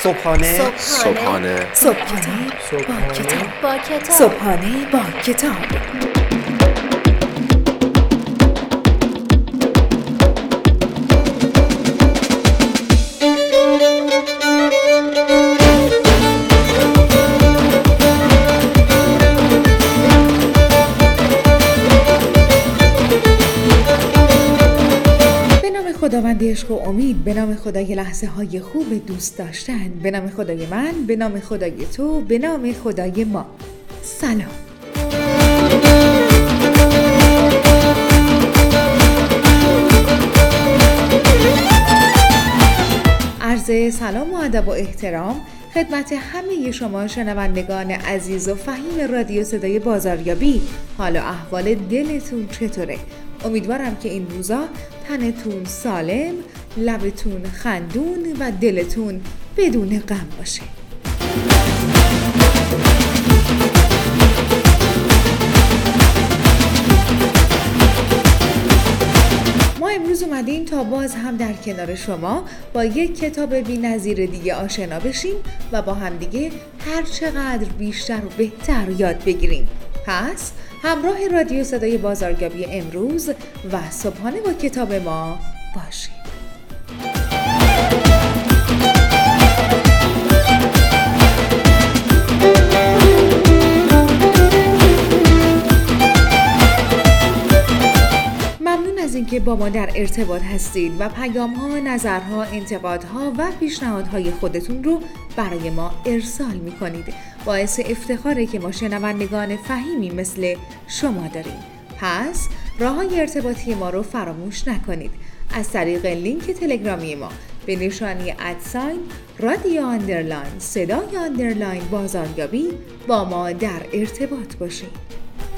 صبحانه با کتاب. خداوند عشق و امید، به نام خدای لحظه های خوب دوست داشتن، به نام خدای من، به نام خدای تو، به نام خدای ما. سلام. عرض سلام و ادب و احترام خدمت همه شما شنوندگان عزیز و فهیم رادیو صدای بازاریابی. حال و احوال دلتون چطوره؟ امیدوارم که این روزا تنتون سالم، لبتون خندون و دلتون بدون غم باشه. ما امروز اومدیم تا باز هم در کنار شما با یک کتاب بی‌نظیر دیگه آشنا بشیم و با هم دیگه هر چقدر بیشتر و بهتر یاد بگیریم. پس همراه رادیو صدای بازاریابی امروز و صبحانه با کتاب ما باشید. ممنون از اینکه با ما در ارتباط هستید و پیام‌ها، نظرها، انتقادها و پیشنهادهای خودتون رو برای ما ارسال می‌کنید. باعث افتخاره که ما شنوندگان فهیمی مثل شما داریم. پس راه‌های ارتباطی ما رو فراموش نکنید. از طریق لینک تلگرامی ما به نشانی @رادیو_صدای_ با ما در ارتباط باشید.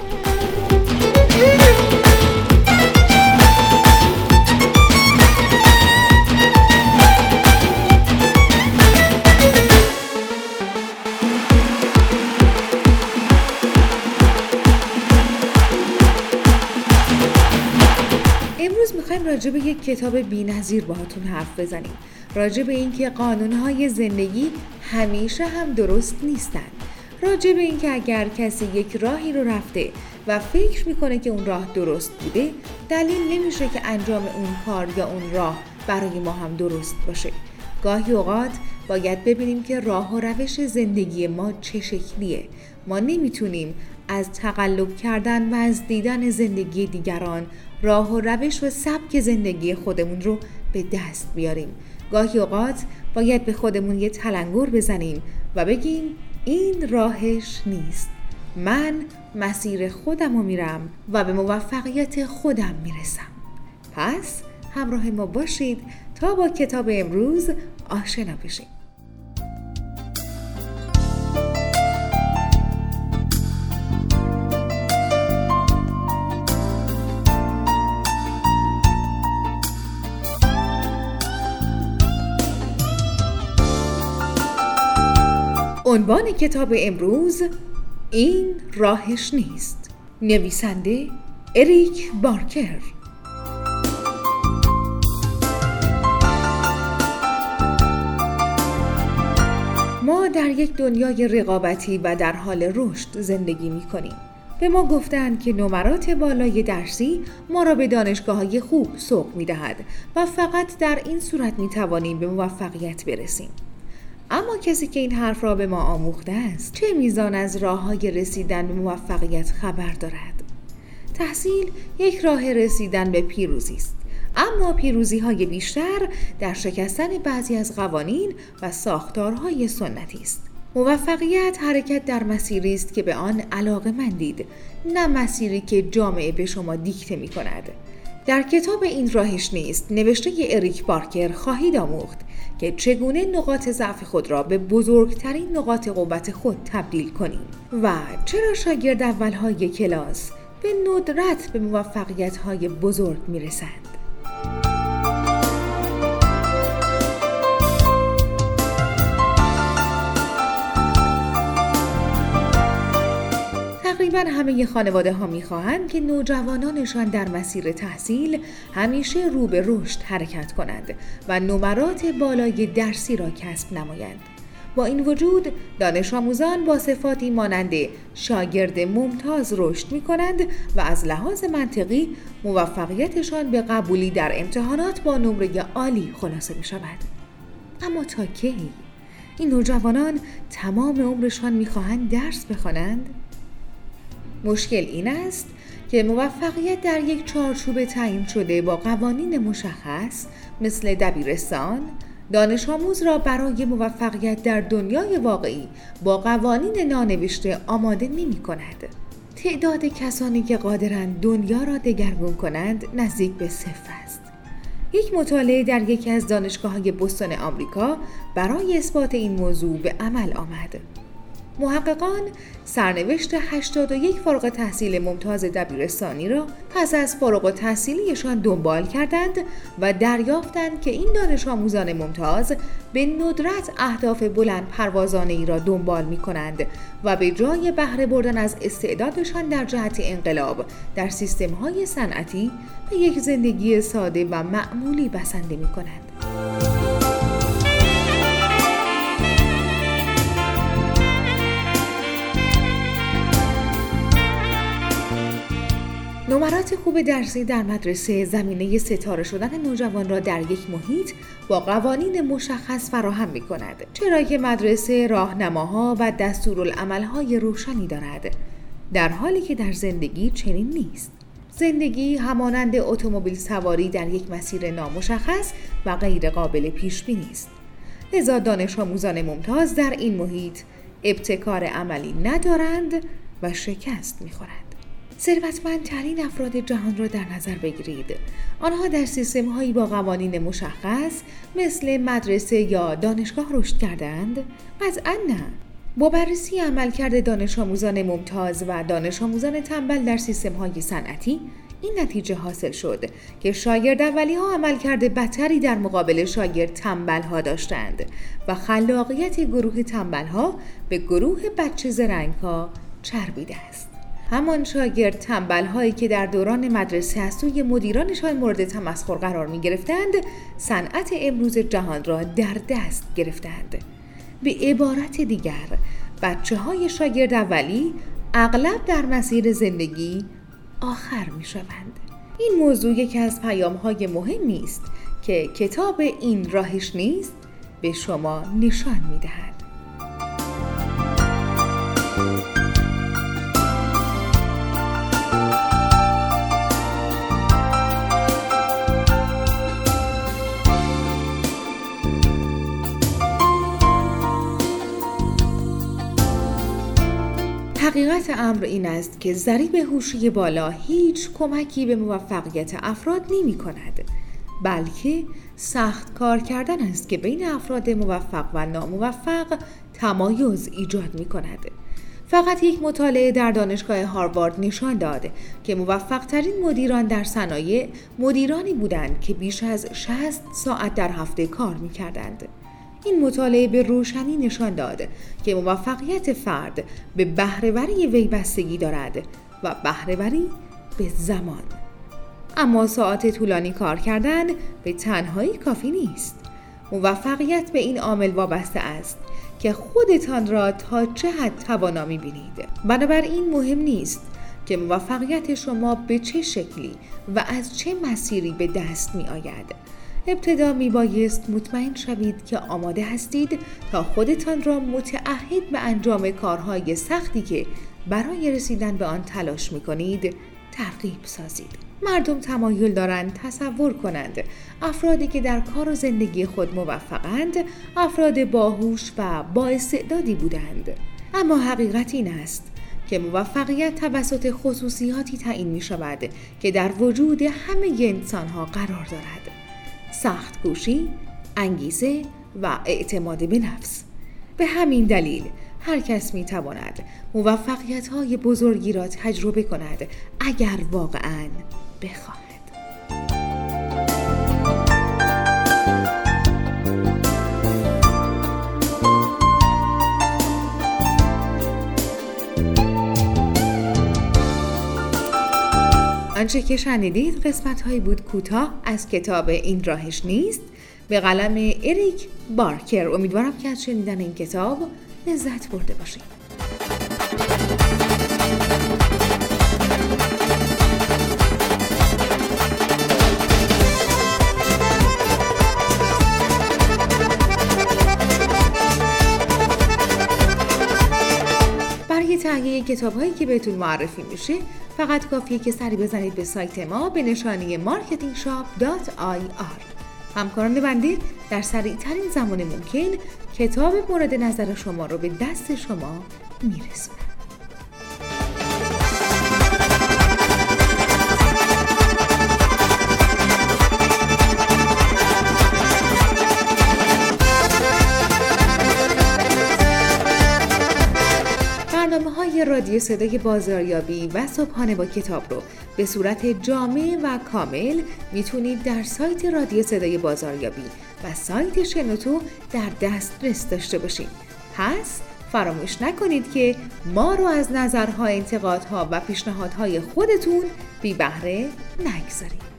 امروز میخوایم راجع به یک کتاب بی‌نظیر باهاتون حرف بزنیم. راجع به این که قانونهای زندگی همیشه هم درست نیستن. راجع به این که اگر کسی یک راهی رو رفته و فکر میکنه که اون راه درست بوده، دلیل نمیشه که انجام اون کار یا اون راه برای ما هم درست باشه. گاهی اوقات باید ببینیم که راه و روش زندگی ما چه شکلیه. ما نمیتونیم از تقلب کردن و از دیدن زندگی دیگران راه و روش و سبک زندگی خودمون رو به دست بیاریم. گاهی اوقات باید به خودمون یه تلنگر بزنیم و بگیم این راهش نیست. من مسیر خودم رو میرم و به موفقیت خودم میرسم. پس همراه ما باشید تا با کتاب امروز آشنا بشیم. عنوان کتاب امروز این راهش نیست. نویسنده اریک بارکر. ما در یک دنیای رقابتی و در حال رشد زندگی می‌کنیم. به ما گفتند که نمرات بالای درسی ما را به دانشگاه‌های خوب سوق می‌دهد و فقط در این صورت می‌توانیم به موفقیت برسیم. اما کسی که این حرف را به ما آموخته است چه میزان از راه‌های رسیدن به موفقیت خبر دارد؟ تحصیل یک راه رسیدن به پیروزی است، اما پیروزی‌های بیشتر در شکستن بعضی از قوانین و ساختارهای سنتی است. موفقیت حرکت در مسیری است که به آن علاقه‌مندید، نه مسیری که جامعه به شما دیکته می‌کند. در کتاب این راهش نیست نوشته اریک بارکر خواهید آموخت که چگونه نقاط ضعف خود را به بزرگترین نقاط قوت خود تبدیل کنیم و چرا شاگرد اولهای کلاس به ندرت به موفقیت‌های بزرگ می‌رسند. غالباً همه خانواده ها می‌خواهند که نوجوانانشان در مسیر تحصیل همیشه رو به رشد حرکت کنند و نمرات بالای درسی را کسب نمایند. با این وجود دانش آموزان با صفاتی مانند شاگرد ممتاز رشد می‌کنند و از لحاظ منطقی موفقیتشان به قبولی در امتحانات با نمره عالی خلاصه می‌شود. اما تا کی؟ این نوجوانان تمام عمرشان می‌خواهند درس بخوانند؟ مشکل این است که موفقیت در یک چارچوب تعیین شده با قوانین مشخص مثل دبیرستان دانش آموز را برای موفقیت در دنیای واقعی با قوانین نانوشته آماده نمی کند. تعداد کسانی که قادرند دنیا را دگرگون کنند نزدیک به 0 است. یک مطالعه در یکی از دانشگاه‌های بوستون آمریکا برای اثبات این موضوع به عمل آمد. محققان سرنوشت 81 فارغ التحصیل ممتاز دبیرستانی را پس از فارغ التحصیلیشان دنبال کردند و دریافتند که این دانش آموزان ممتاز به ندرت اهداف بلند پروازانه ای را دنبال می کنند و به جای بهره بردن از استعدادشان در جهت انقلاب در سیستم های صنعتی به یک زندگی ساده و معمولی بسنده می کنند. نمرات خوب درسی در مدرسه زمینه ستاره شدن نوجوان را در یک محیط با قوانین مشخص فراهم می کند، چرا که مدرسه راهنماها و دستورالعملهای روشنی دارد، در حالی که در زندگی چنین نیست. زندگی همانند اتومبیل سواری در یک مسیر نامشخص و غیر قابل پیش بینی است. لذا دانش آموزان ممتاز در این محیط ابتکار عملی ندارند و شکست می خورند. ثروتمندترین افراد جهان را در نظر بگیرید. آنها در سیستم‌هایی با قوانین مشخص مثل مدرسه یا دانشگاه رشد کردند؟ قطعاً نه. با بررسی عملکرد دانش آموزان ممتاز و دانش آموزان تنبل در سیستم‌های صنعتی این نتیجه حاصل شد که شاگرد اولی‌ها عملکرد بهتری در مقابل شاگرد تنبل‌ها داشتند و خلاقیت گروه تنبل‌ها به گروه بچه زرنگ‌ها چربیده است. همان شاگرد تنبل‌هایی که در دوران مدرسه از سوی مدیرانشان مورد تمسخر قرار می‌گرفتند، صنعت امروز جهان را در دست گرفتند. به عبارت دیگر، بچه‌های شاگرد اولی اغلب در مسیر زندگی آخر می‌شوند. این موضوع یکی از پیام‌های مهمی است که کتاب این راهش نیست به شما نشان می‌دهد. حقیقت امر این است که ضریب هوشی بالا هیچ کمکی به موفقیت افراد نمی کند، بلکه سخت کار کردن است که بین افراد موفق و ناموفق تمایز ایجاد می کند. فقط یک مطالعه در دانشگاه هاروارد نشان داد که موفق ترین مدیران در صنایع مدیرانی بودند که بیش از 60 ساعت در هفته کار می کردند. این مطالعه به روشنی نشان داد که موفقیت فرد به بهره‌وری وی بستگی دارد و بهره‌وری به زمان. اما ساعت طولانی کار کردن به تنهایی کافی نیست. موفقیت به این عامل وابسته است که خودتان را تا چه حد توانا می‌بینید. بنابراین مهم نیست که موفقیت شما به چه شکلی و از چه مسیری به دست می‌آید. ابتدا میبایست مطمئن شوید که آماده هستید تا خودتان را متعهد به انجام کارهای سختی که برای رسیدن به آن تلاش میکنید ترغیب سازید. مردم تمایل دارند تصور کنند افرادی که در کار و زندگی خود موفقند افراد باهوش و با استعدادی بودند. اما حقیقت این است که موفقیت توسط خصوصیاتی تعیین می شود که در وجود همه انسانها قرار دارد: سخت کوشی، انگیزه و اعتماد به نفس. به همین دلیل هر کس می تواند موفقیت‌های بزرگی را تجربه کند اگر واقعاً بخواهد. آنچه که شنیدید قسمت‌هایی بود کوتاه از کتاب این راهش نیست به قلم اریک بارکر. امیدوارم که از شنیدن این کتاب لذت برده باشید. برای تهیه کتاب‌هایی که بهتون معرفی میشه فقط کافیه که سری بزنید به سایت ما به نشانی marketingshop.ir. همکاران بنده در سریع‌ترین زمان ممکن کتاب مورد نظر شما رو به دست شما میرسونن. برنامه‌های رادیو صدای بازاریابی و صبحانه با کتاب رو به صورت جامع و کامل میتونید در سایت رادیو صدای بازاریابی و سایت شنوتو در دسترس داشته باشید. پس فراموش نکنید که ما رو از نظرها، انتقادها و پیشنهادهای خودتون بی بهره نگذارید.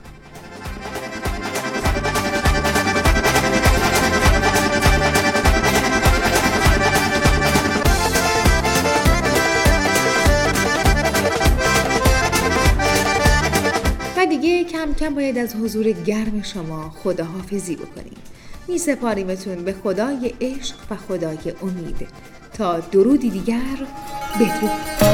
دیگه کم کم باید از حضور گرم شما خداحافظی بکنیم. می سپاریمتون به خدای عشق و خدای امید. تا درودی دیگر، بدرود.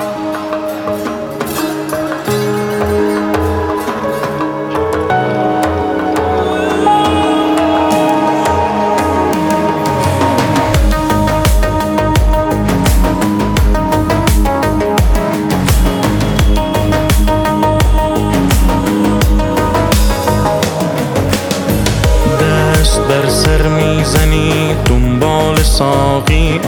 دنبال ساقی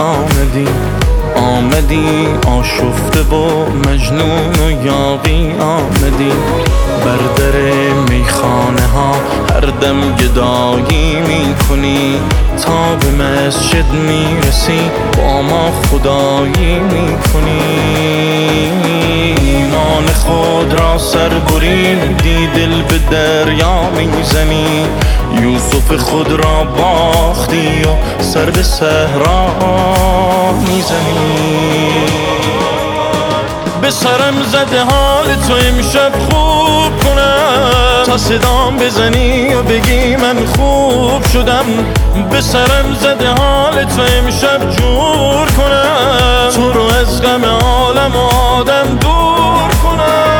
آمدی آشفته و مجنون و یاغی آمدی. بر در میخانه ها هر دم گدایی میکنی، تا به مسجد میرسی با ما خدایی میکنی. ایمان خود را سر بریدی، دل به دریا میزنی. یوسف خود را باختی و سر به صحرا میزنی. به سرم زده حال تو امشب خوب کنم، تا صدام بزنی و بگی من خوب شدم. به سرم زده حال تو امشب جور کنم، تو رو از غم عالم و آدم دور کنم.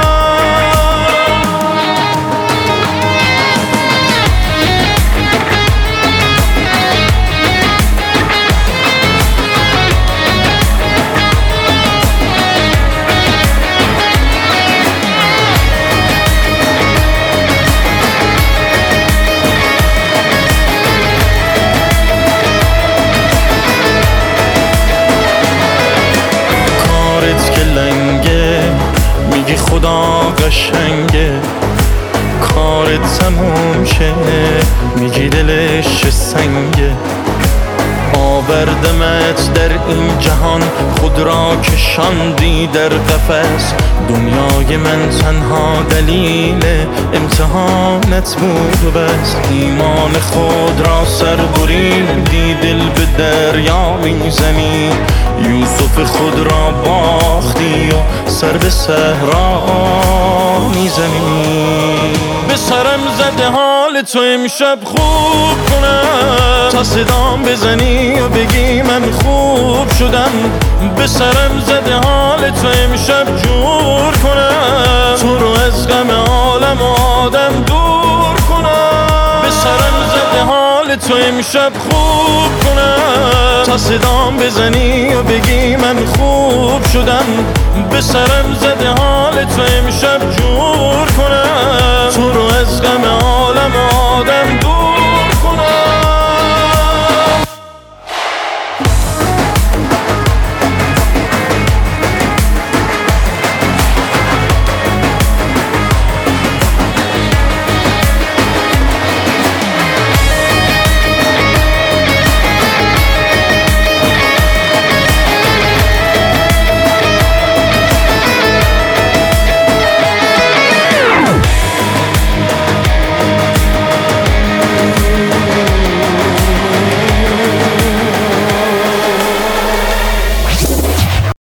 میگی خدا قشنگه، کارت تموم شه، میگی دلش سنگه. آوردمت در این جهان، خود را کشاندی در قفس. دنیای من تنها دلیل امتحانت بود و بس. ایمان خود را سر بریدی، دل به دریا میزنی. یوسف خود را باختی و سر به صحرا میزنی. به سرم زده حال تو امشب خوب کنم، تا صدام بزنی و بگی من خوب شدم. به سرم زده حال تو امشب جور کنم، تو رو از غم عالم و آدم دور کنم. به سرم زده حال تو امشب خوب کنم، تا صدام بزنی و بگی من خوب شدم. به سرم زده حال تو امشب جور کنم، تو رو از غم عالم و آدم دور